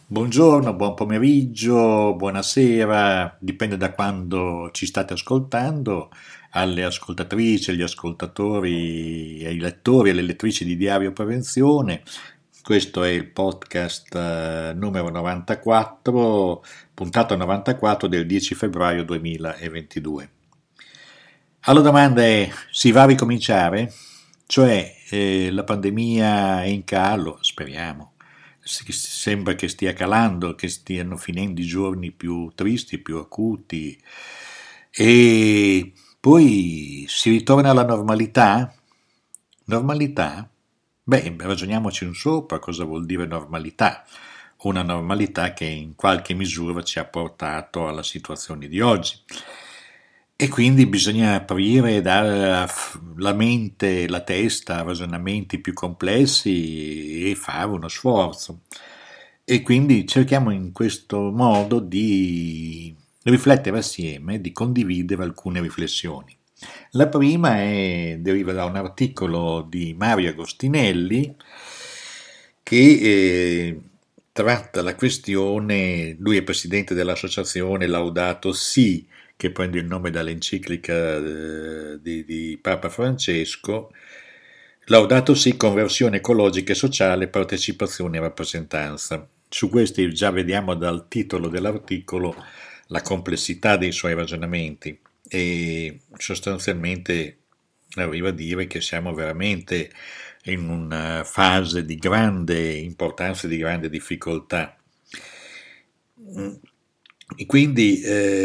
Buongiorno, buon pomeriggio, buonasera, dipende da quando ci state ascoltando, alle ascoltatrici, agli ascoltatori, ai lettori e alle lettrici di Diario Prevenzione. Questo è il podcast numero 94, puntata 94 del 10 febbraio 2022. Alla domanda è, si va a ricominciare? Cioè, la pandemia è in calo, speriamo. Sembra che stia calando, che stiano finendo i giorni più tristi, più acuti, e poi si ritorna alla normalità? Normalità? Beh, ragioniamoci un sopra, cosa vuol dire normalità? Una normalità che in qualche misura ci ha portato alla situazione di oggi. E quindi bisogna aprire e dare la mente, la testa a ragionamenti più complessi e fare uno sforzo. E quindi cerchiamo in questo modo di riflettere assieme, di condividere alcune riflessioni. La prima deriva da un articolo di Mario Agostinelli che tratta la questione, lui è presidente dell'associazione Laudato Si, che prende il nome dall'enciclica di Papa Francesco, Laudato Si, conversione ecologica e sociale, partecipazione e rappresentanza. Su questi già vediamo dal titolo dell'articolo la complessità dei suoi ragionamenti e sostanzialmente arriva a dire che siamo veramente in una fase di grande importanza e di grande difficoltà. E quindi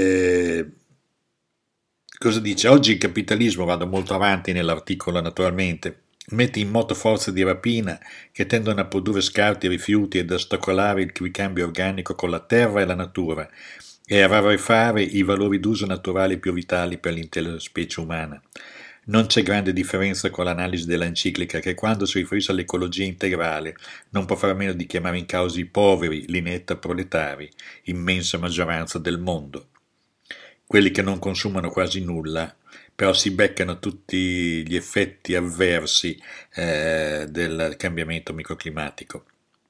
cosa dice? Oggi il capitalismo, vado molto avanti nell'articolo naturalmente, mette in moto forze di rapina che tendono a produrre scarti e rifiuti ed ostacolare il ricambio organico con la terra e la natura e a rarefare i valori d'uso naturali più vitali per l'intera specie umana. Non c'è grande differenza con l'analisi dell'enciclica che quando si riferisce all'ecologia integrale non può fare a meno di chiamare in causa i poveri, l'inetta proletari, immensa maggioranza del mondo. Quelli che non consumano quasi nulla, però si beccano tutti gli effetti avversi del cambiamento microclimatico.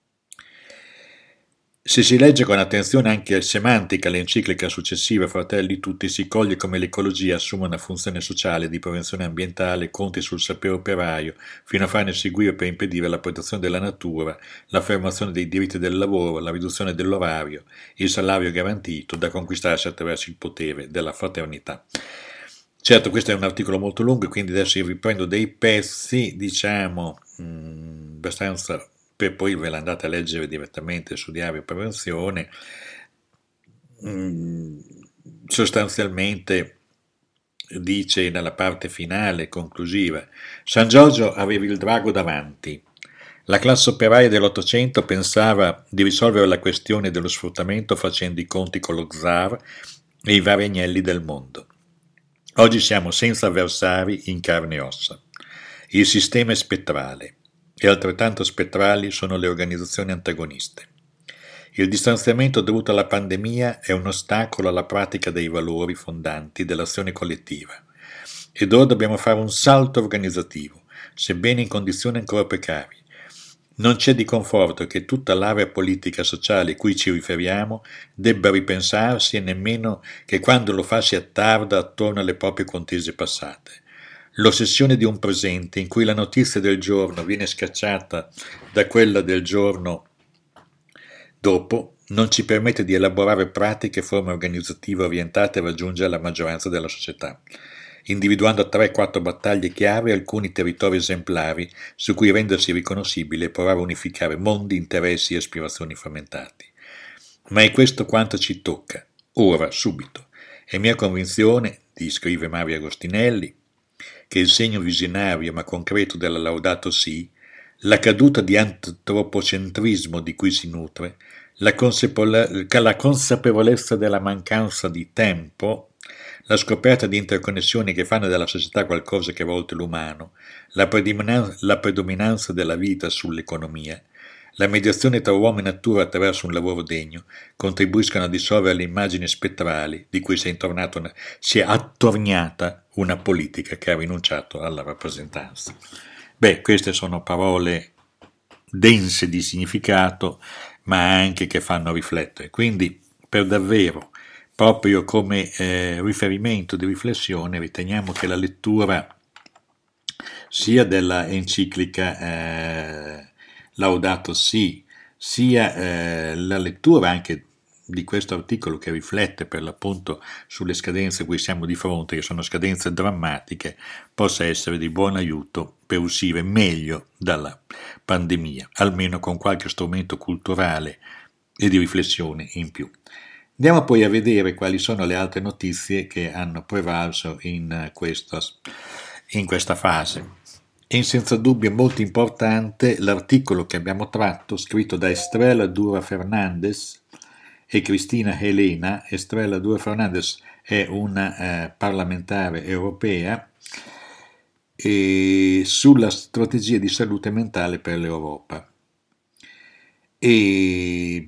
Se si legge con attenzione anche semantica l'enciclica successiva Fratelli tutti, si coglie come l'ecologia assuma una funzione sociale di prevenzione ambientale, conti sul sapere operaio, fino a farne seguire per impedire la protezione della natura, l'affermazione dei diritti del lavoro, la riduzione dell'orario, il salario garantito da conquistarsi attraverso il potere della fraternità. Certo, questo è un articolo molto lungo, quindi adesso io riprendo dei pezzi, diciamo, abbastanza, per poi ve l'andate a leggere direttamente su Diario Prevenzione. Sostanzialmente dice nella parte finale, conclusiva, San Giorgio aveva il drago davanti. La classe operaia dell'Ottocento pensava di risolvere la questione dello sfruttamento facendo i conti con lo zar e i vari agnelli del mondo. Oggi siamo senza avversari in carne e ossa. Il sistema è spettrale e altrettanto spettrali sono le organizzazioni antagoniste. Il distanziamento dovuto alla pandemia è un ostacolo alla pratica dei valori fondanti dell'azione collettiva ed ora dobbiamo fare un salto organizzativo, sebbene in condizioni ancora precarie. Non c'è di conforto che tutta l'area politica e sociale a cui ci riferiamo debba ripensarsi e nemmeno che quando lo fa si attarda attorno alle proprie contese passate. L'ossessione di un presente in cui la notizia del giorno viene scacciata da quella del giorno dopo non ci permette di elaborare pratiche e forme organizzative orientate a raggiungere la maggioranza della società, individuando 3-4 battaglie chiave e alcuni territori esemplari su cui rendersi riconoscibile e provare a unificare mondi, interessi e aspirazioni frammentati. Ma è questo quanto ci tocca, ora, subito. È mia convinzione, scrive Mario Agostinelli, che il segno visionario ma concreto della Laudato Si, la caduta di antropocentrismo di cui si nutre, la consapevolezza della mancanza di tempo, la scoperta di interconnessioni che fanno della società qualcosa che va oltre l'umano, la predominanza della vita sull'economia, la mediazione tra uomo e natura attraverso un lavoro degno contribuiscono a dissolvere le immagini spettrali di cui si è attorniata una politica che ha rinunciato alla rappresentanza. Beh, queste sono parole dense di significato, ma anche che fanno riflettere. Quindi, per davvero, proprio come riferimento di riflessione, riteniamo che la lettura sia della enciclica Laudato Si, sia la lettura anche di questo articolo che riflette per l'appunto sulle scadenze a cui siamo di fronte, che sono scadenze drammatiche, possa essere di buon aiuto per uscire meglio dalla pandemia, almeno con qualche strumento culturale e di riflessione in più. Andiamo poi a vedere quali sono le altre notizie che hanno prevalso in questa fase. E senza dubbio molto importante l'articolo che abbiamo tratto, scritto da Estrella Dura Fernandez e Cristina Helena. Estrella Dura Fernandez è una parlamentare europea sulla strategia di salute mentale per l'Europa. E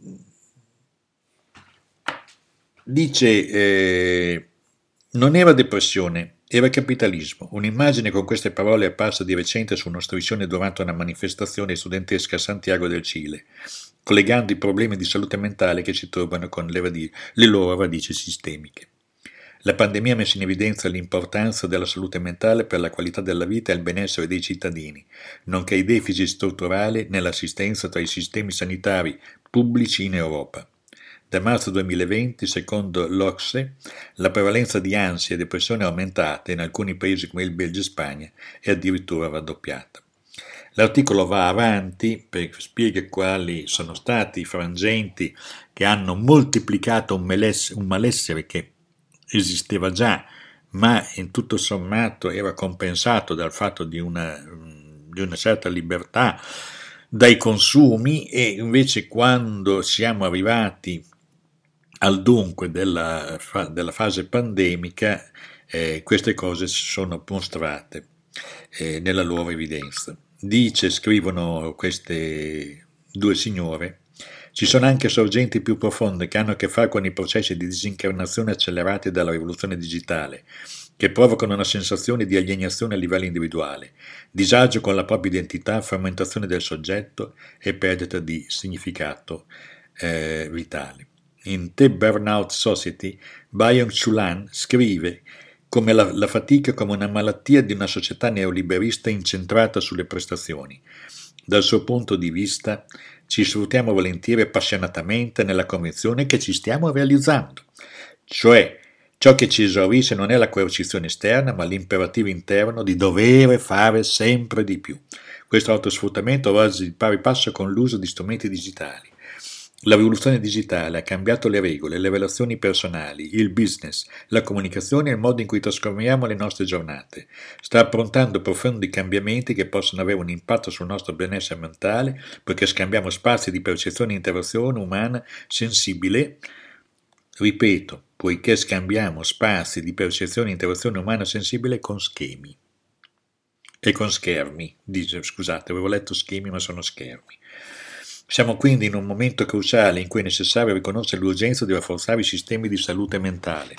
dice, non era depressione, era capitalismo. Un'immagine con queste parole è apparsa di recente su una striscione durante una manifestazione studentesca a Santiago del Cile, collegando i problemi di salute mentale che ci trovano con le loro radici sistemiche. La pandemia ha messo in evidenza l'importanza della salute mentale per la qualità della vita e il benessere dei cittadini, nonché i deficit strutturali nell'assistenza tra i sistemi sanitari pubblici in Europa. Da marzo 2020, secondo l'OCSE, la prevalenza di ansia e depressione è aumentata in alcuni paesi come il Belgio e Spagna è addirittura raddoppiata. L'articolo va avanti per spiegare quali sono stati i frangenti che hanno moltiplicato un malessere che esisteva già, ma in tutto sommato era compensato dal fatto di una certa libertà dai consumi, e invece quando siamo arrivati al dunque della fase pandemica, queste cose si sono mostrate nella loro evidenza. Scrivono queste due signore, ci sono anche sorgenti più profonde che hanno a che fare con i processi di disincarnazione accelerati dalla rivoluzione digitale, che provocano una sensazione di alienazione a livello individuale, disagio con la propria identità, frammentazione del soggetto e perdita di significato vitale. In The Burnout Society, Byung-Chul Han scrive come la fatica come una malattia di una società neoliberista incentrata sulle prestazioni. Dal suo punto di vista, ci sfruttiamo volentieri e appassionatamente nella convinzione che ci stiamo realizzando, cioè ciò che ci esaurisce non è la coercizione esterna, ma l'imperativo interno di dover fare sempre di più. Questo autosfruttamento va di pari passo con l'uso di strumenti digitali. La rivoluzione digitale ha cambiato le regole, le relazioni personali, il business, la comunicazione e il modo in cui trasformiamo le nostre giornate. Sta approntando profondi cambiamenti che possono avere un impatto sul nostro benessere mentale, poiché scambiamo spazi di percezione e interazione umana sensibile. Ripeto, poiché scambiamo spazi di percezione e interazione umana sensibile con schemi e con schermi. Scusate, avevo letto schemi ma sono schermi. Siamo quindi in un momento cruciale in cui è necessario riconoscere l'urgenza di rafforzare i sistemi di salute mentale.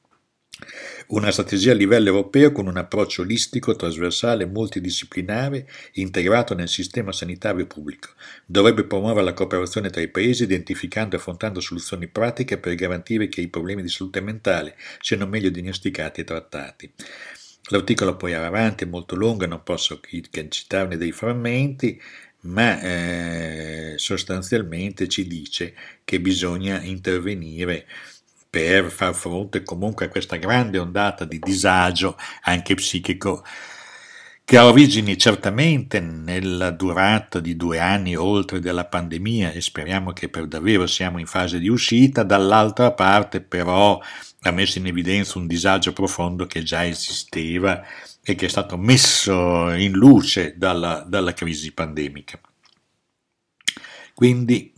Una strategia a livello europeo con un approccio olistico, trasversale, multidisciplinare, integrato nel sistema sanitario pubblico. Dovrebbe promuovere la cooperazione tra i paesi, identificando e affrontando soluzioni pratiche per garantire che i problemi di salute mentale siano meglio diagnosticati e trattati. L'articolo poi va avanti, è molto lungo, non posso citarne dei frammenti, ma sostanzialmente ci dice che bisogna intervenire per far fronte comunque a questa grande ondata di disagio anche psichico che ha origini certamente nella durata di 2 anni oltre della pandemia, e speriamo che per davvero siamo in fase di uscita. Dall'altra parte però ha messo in evidenza un disagio profondo che già esisteva e che è stato messo in luce dalla crisi pandemica. Quindi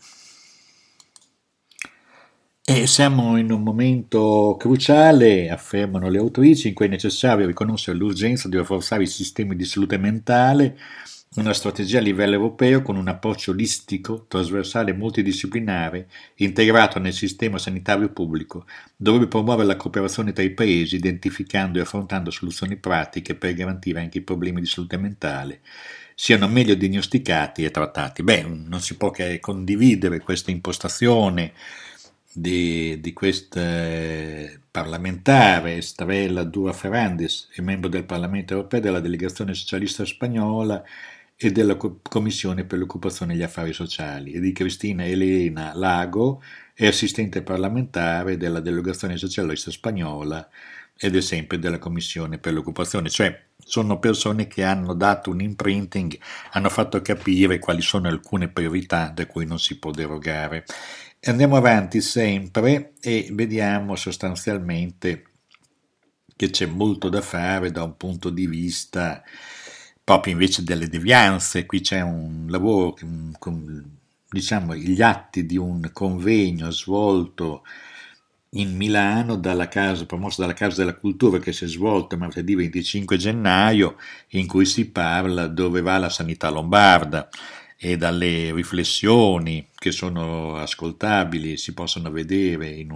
siamo in un momento cruciale, affermano le autrici, in cui è necessario riconoscere l'urgenza di rafforzare i sistemi di salute mentale una strategia a livello europeo con un approccio olistico, trasversale e multidisciplinare, integrato nel sistema sanitario pubblico, dovrebbe promuovere la cooperazione tra i paesi, identificando e affrontando soluzioni pratiche per garantire anche i problemi di salute mentale siano meglio diagnosticati e trattati. Beh, non si può che condividere questa impostazione di questa parlamentare Estrella Dura Ferrandis, è membro del Parlamento europeo della delegazione socialista spagnola e della Commissione per l'occupazione e gli affari sociali, e di Cristina Elena Lago, è assistente parlamentare della delegazione socialista spagnola ed è sempre della Commissione per l'occupazione, cioè sono persone che hanno dato un imprinting, hanno fatto capire quali sono alcune priorità da cui non si può derogare. Andiamo avanti sempre e vediamo sostanzialmente che c'è molto da fare da un punto di vista proprio invece delle devianze. Qui c'è un lavoro, diciamo, gli atti di un convegno svolto in Milano promosso dalla Casa della Cultura, che si è svolto martedì 25 gennaio, in cui si parla dove va la sanità lombarda, e dalle riflessioni che sono ascoltabili si possono vedere in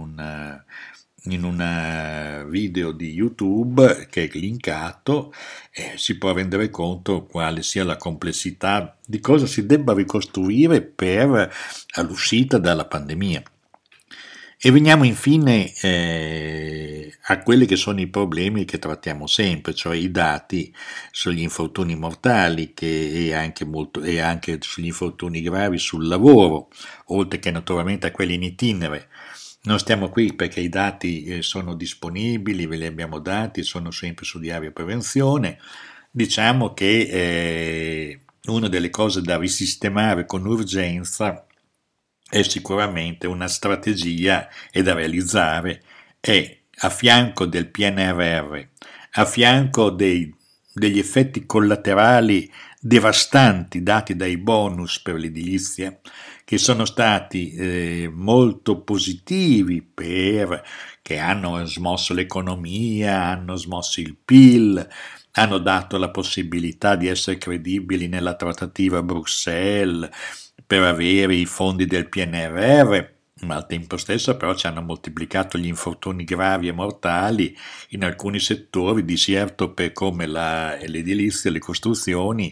un video di YouTube che è linkato, si può rendere conto quale sia la complessità di cosa si debba ricostruire per l'uscita dalla pandemia. E veniamo infine a quelli che sono i problemi che trattiamo sempre, cioè i dati sugli infortuni mortali e anche sugli infortuni gravi sul lavoro, oltre che naturalmente a quelli in itinere. Non stiamo qui perché i dati sono disponibili, ve li abbiamo dati, sono sempre su Diario Prevenzione. Diciamo che una delle cose da risistemare con urgenza è sicuramente una strategia e da realizzare, è a fianco del PNRR, a fianco degli effetti collaterali devastanti dati dai bonus per l'edilizia, che sono stati molto positivi che hanno smosso l'economia, hanno smosso il PIL, hanno dato la possibilità di essere credibili nella trattativa a Bruxelles per avere i fondi del PNRR, ma al tempo stesso però ci hanno moltiplicato gli infortuni gravi e mortali in alcuni settori, di certo per come l'edilizia, le costruzioni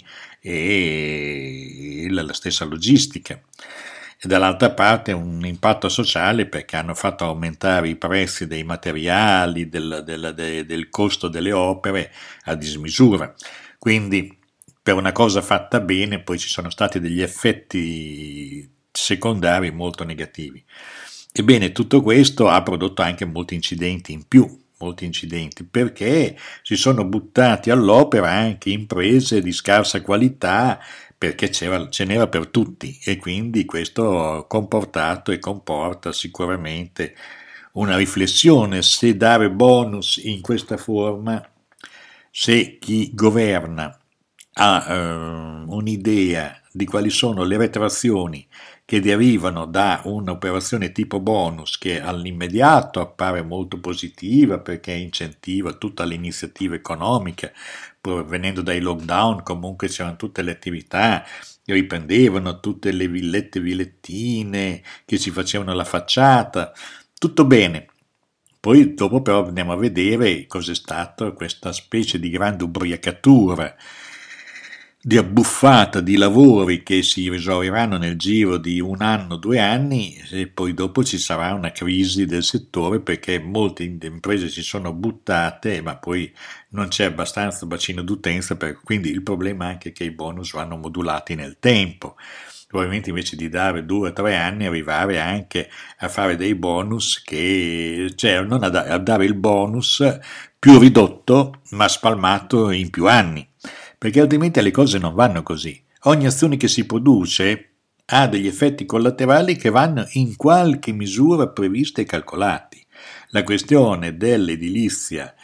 e la stessa logistica. E dall'altra parte un impatto sociale perché hanno fatto aumentare i prezzi dei materiali, del costo delle opere a dismisura. Quindi per una cosa fatta bene poi ci sono stati degli effetti secondari molto negativi. Ebbene, tutto questo ha prodotto anche molti incidenti in più, perché si sono buttati all'opera anche imprese di scarsa qualità perché ce n'era per tutti e quindi questo ha comportato e comporta sicuramente una riflessione se dare bonus in questa forma, se chi governa ha un'idea di quali sono le retrazioni che derivano da un'operazione tipo bonus che all'immediato appare molto positiva perché incentiva tutta l'iniziativa economica, venendo dai lockdown comunque c'erano tutte le attività, riprendevano tutte le villettine che si facevano alla facciata, tutto bene. Poi dopo però andiamo a vedere cos'è stato questa specie di grande ubriacatura, di abbuffata di lavori che si risolveranno nel giro di 1 anno, 2 anni e poi dopo ci sarà una crisi del settore perché molte imprese si sono buttate ma poi non c'è abbastanza bacino d'utenza, quindi il problema è anche che i bonus vanno modulati nel tempo. Probabilmente invece di dare 2 o 3 anni arrivare anche a fare dei bonus cioè non a dare il bonus più ridotto ma spalmato in più anni, perché altrimenti le cose non vanno così. Ogni azione che si produce ha degli effetti collaterali che vanno in qualche misura previsti e calcolati. La questione dell'edilizia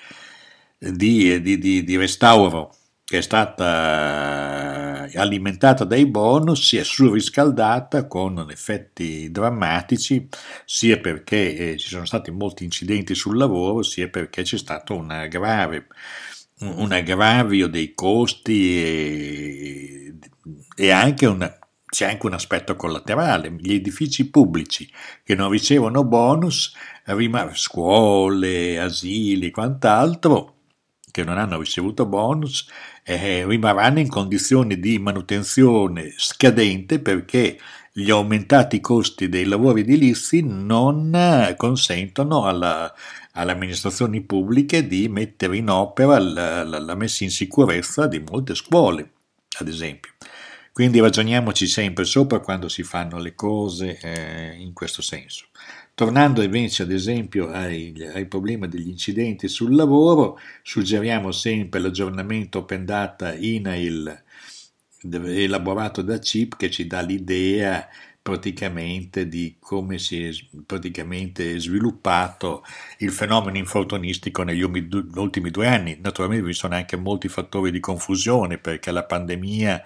di restauro che è stata alimentata dai bonus si è surriscaldata con effetti drammatici sia perché ci sono stati molti incidenti sul lavoro sia perché c'è stato una grave un aggravio dei costi e c'è anche un aspetto collaterale. Gli edifici pubblici che non ricevono bonus, scuole, asili, quant'altro, che non hanno ricevuto bonus, rimarranno in condizioni di manutenzione scadente perché gli aumentati costi dei lavori edilizi non consentono alle amministrazioni pubbliche di mettere in opera la messa in sicurezza di molte scuole, ad esempio. Quindi ragioniamoci sempre sopra quando si fanno le cose in questo senso. Tornando invece ad esempio ai problemi degli incidenti sul lavoro, suggeriamo sempre l'aggiornamento Open Data INAIL elaborato da CIP che ci dà l'idea praticamente di come si è praticamente sviluppato il fenomeno infortunistico negli ultimi 2 anni. Naturalmente vi sono anche molti fattori di confusione perché la pandemia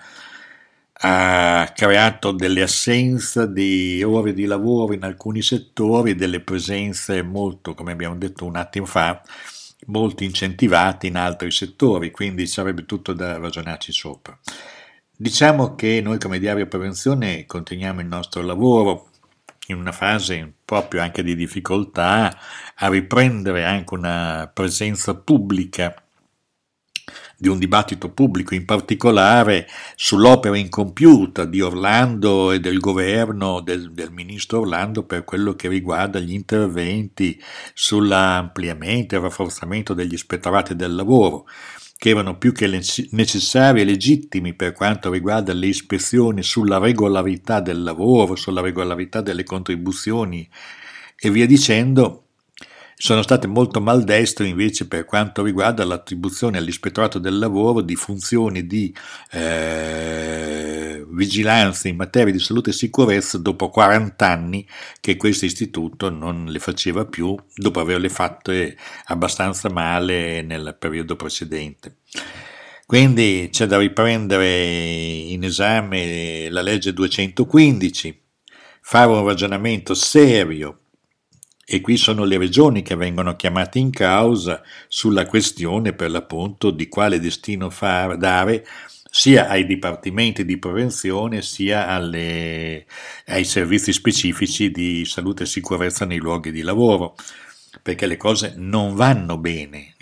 ha creato delle assenze di ore di lavoro in alcuni settori, delle presenze molto, come abbiamo detto un attimo fa, molto incentivate in altri settori, quindi sarebbe tutto da ragionarci sopra. Diciamo che noi come Diario Prevenzione continuiamo il nostro lavoro in una fase proprio anche di difficoltà a riprendere anche una presenza pubblica di un dibattito pubblico, in particolare sull'opera incompiuta di Orlando e del governo del ministro Orlando per quello che riguarda gli interventi sull'ampliamento e rafforzamento degli ispettorati del lavoro, che erano più che necessari e legittimi per quanto riguarda le ispezioni sulla regolarità del lavoro, sulla regolarità delle contribuzioni e via dicendo. Sono state molto maldestre invece per quanto riguarda l'attribuzione all'ispettorato del lavoro di funzioni di vigilanza in materia di salute e sicurezza dopo 40 anni che questo istituto non le faceva più dopo averle fatte abbastanza male nel periodo precedente. Quindi c'è da riprendere in esame la legge 215, fare un ragionamento serio. E qui sono le regioni che vengono chiamate in causa sulla questione per l'appunto di quale destino dare sia ai dipartimenti di prevenzione sia ai servizi specifici di salute e sicurezza nei luoghi di lavoro, perché le cose non vanno bene,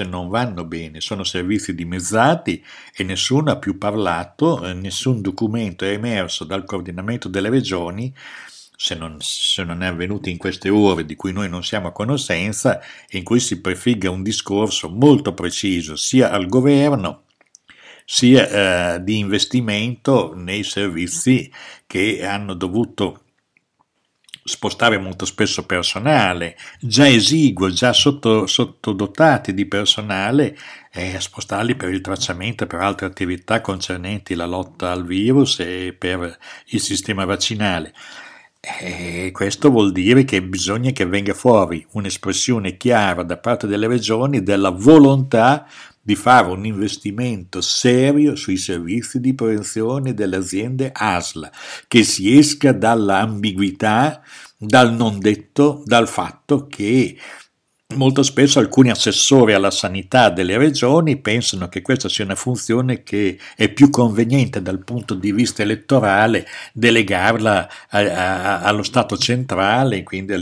sono servizi dimezzati e nessuno ha più parlato, nessun documento è emerso dal coordinamento delle regioni se non è avvenuto in queste ore di cui noi non siamo a conoscenza, in cui si prefigga un discorso molto preciso sia al governo sia di investimento nei servizi che hanno dovuto spostare molto spesso personale, già esiguo, già sottodotati di personale, spostarli per il tracciamento e per altre attività concernenti la lotta al virus e per il sistema vaccinale. E questo vuol dire che bisogna che venga fuori un'espressione chiara da parte delle regioni della volontà di fare un investimento serio sui servizi di prevenzione delle aziende ASL, che si esca dall'ambiguità, dal non detto, dal fatto che molto spesso alcuni assessori alla sanità delle regioni pensano che questa sia una funzione che è più conveniente dal punto di vista elettorale delegarla allo Stato centrale, quindi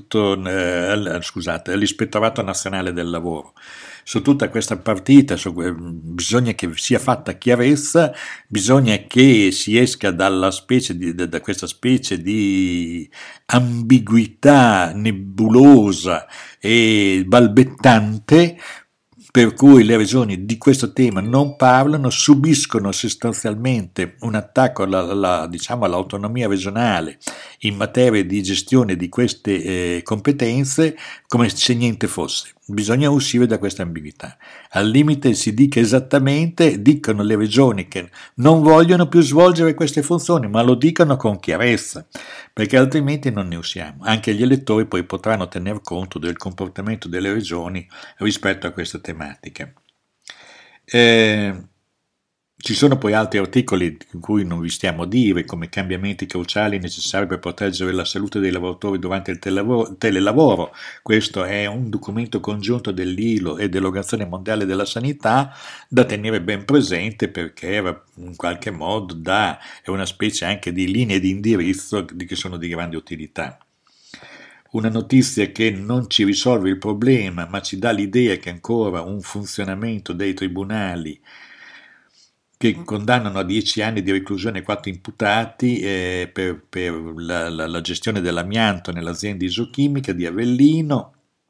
all'Ispettorato Nazionale del Lavoro. Su tutta questa partita bisogna che sia fatta chiarezza, bisogna che si esca da questa specie di ambiguità nebulosa e balbettante per cui le regioni di questo tema non parlano, subiscono sostanzialmente un attacco all'autonomia regionale in materia di gestione di queste competenze come se niente fosse. Bisogna uscire da questa ambiguità. Al limite si dica esattamente, dicono le regioni che non vogliono più svolgere queste funzioni, ma lo dicono con chiarezza, perché altrimenti non ne usciamo. Anche gli elettori poi potranno tener conto del comportamento delle regioni rispetto a questa tematica. Ci sono poi altri articoli in cui non vi stiamo a dire, come cambiamenti cruciali necessari per proteggere la salute dei lavoratori durante il telelavoro. Questo è un documento congiunto dell'ILO e dell'Organizzazione Mondiale della Sanità da tenere ben presente, perché in qualche modo è una specie anche di linee di indirizzo che sono di grande utilità. Una notizia che non ci risolve il problema, ma ci dà l'idea che ancora un funzionamento dei tribunali che condannano a 10 anni di reclusione 4 imputati per la gestione dell'amianto nell'azienda isochimica di Avellino.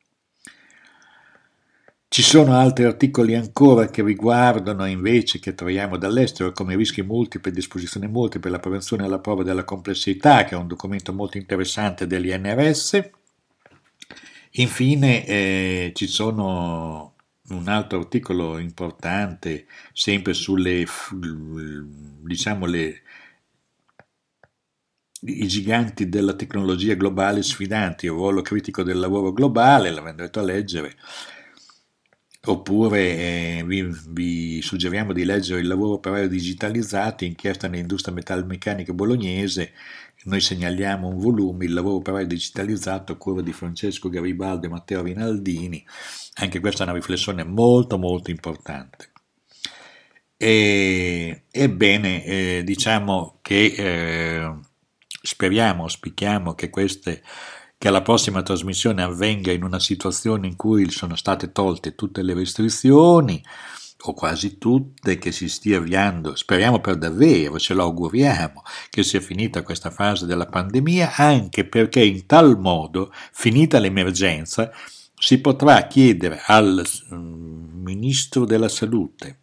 Ci sono altri articoli ancora che riguardano invece, che troviamo dall'estero, come rischi multipli, disposizioni multiple, la prevenzione alla prova della complessità, che è un documento molto interessante dell'INRS. Infine ci sono un altro articolo importante, sempre sulle, diciamo, i giganti della tecnologia globale sfidanti, il ruolo critico del lavoro globale, l'avete a leggere, oppure vi suggeriamo di leggere Il lavoro operaio digitalizzato, inchiesta nell'industria metalmeccanica bolognese. Noi segnaliamo un volume, Il lavoro operaio digitalizzato, a cura di Francesco Garibaldi e Matteo Rinaldini. Anche questa è una riflessione molto molto importante. Ebbene, diciamo che auspichiamo che la prossima trasmissione avvenga in una situazione in cui sono state tolte tutte le restrizioni, o quasi tutte, che si stia avviando, speriamo per davvero, ce lo auguriamo, che sia finita questa fase della pandemia, anche perché in tal modo, finita l'emergenza, si potrà chiedere al Ministro della Salute,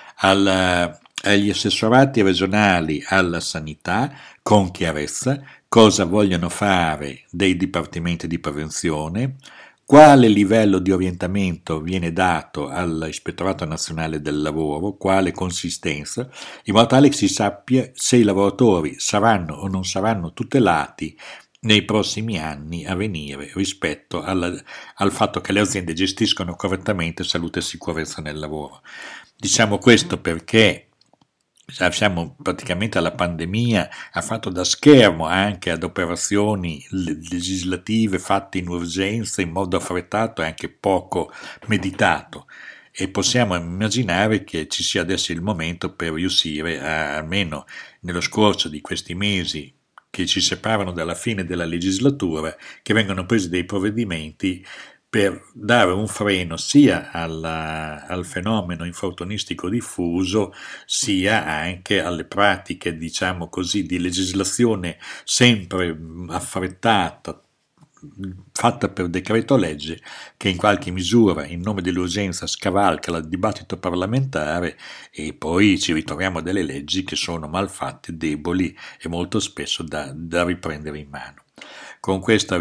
agli assessorati regionali alla sanità, con chiarezza, cosa vogliono fare dei dipartimenti di prevenzione, quale livello di orientamento viene dato all'Ispettorato Nazionale del Lavoro, quale consistenza, in modo tale che si sappia se i lavoratori saranno o non saranno tutelati nei prossimi anni a venire rispetto al fatto che le aziende gestiscono correttamente salute e sicurezza nel lavoro. Diciamo questo perché siamo praticamente alla pandemia, ha fatto da schermo anche ad operazioni legislative fatte in urgenza, in modo affrettato e anche poco meditato, e possiamo immaginare che ci sia adesso il momento per riuscire almeno nello scorcio di questi mesi che ci separano dalla fine della legislatura, che vengano presi dei provvedimenti per dare un freno sia al fenomeno infortunistico diffuso, sia anche alle pratiche, diciamo così, di legislazione sempre affrettata, fatta per decreto legge, che in qualche misura, in nome dell'urgenza, scavalca il dibattito parlamentare, e poi ci ritroviamo a delle leggi che sono malfatte, deboli e molto spesso da riprendere in mano. Con questa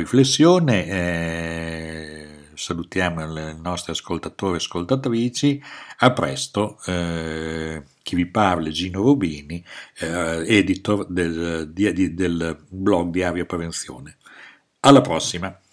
riflessione salutiamo i nostri ascoltatori e ascoltatrici. A presto. Chi vi parla è Gino Rubini, editor del blog Diario Prevenzione. Alla prossima.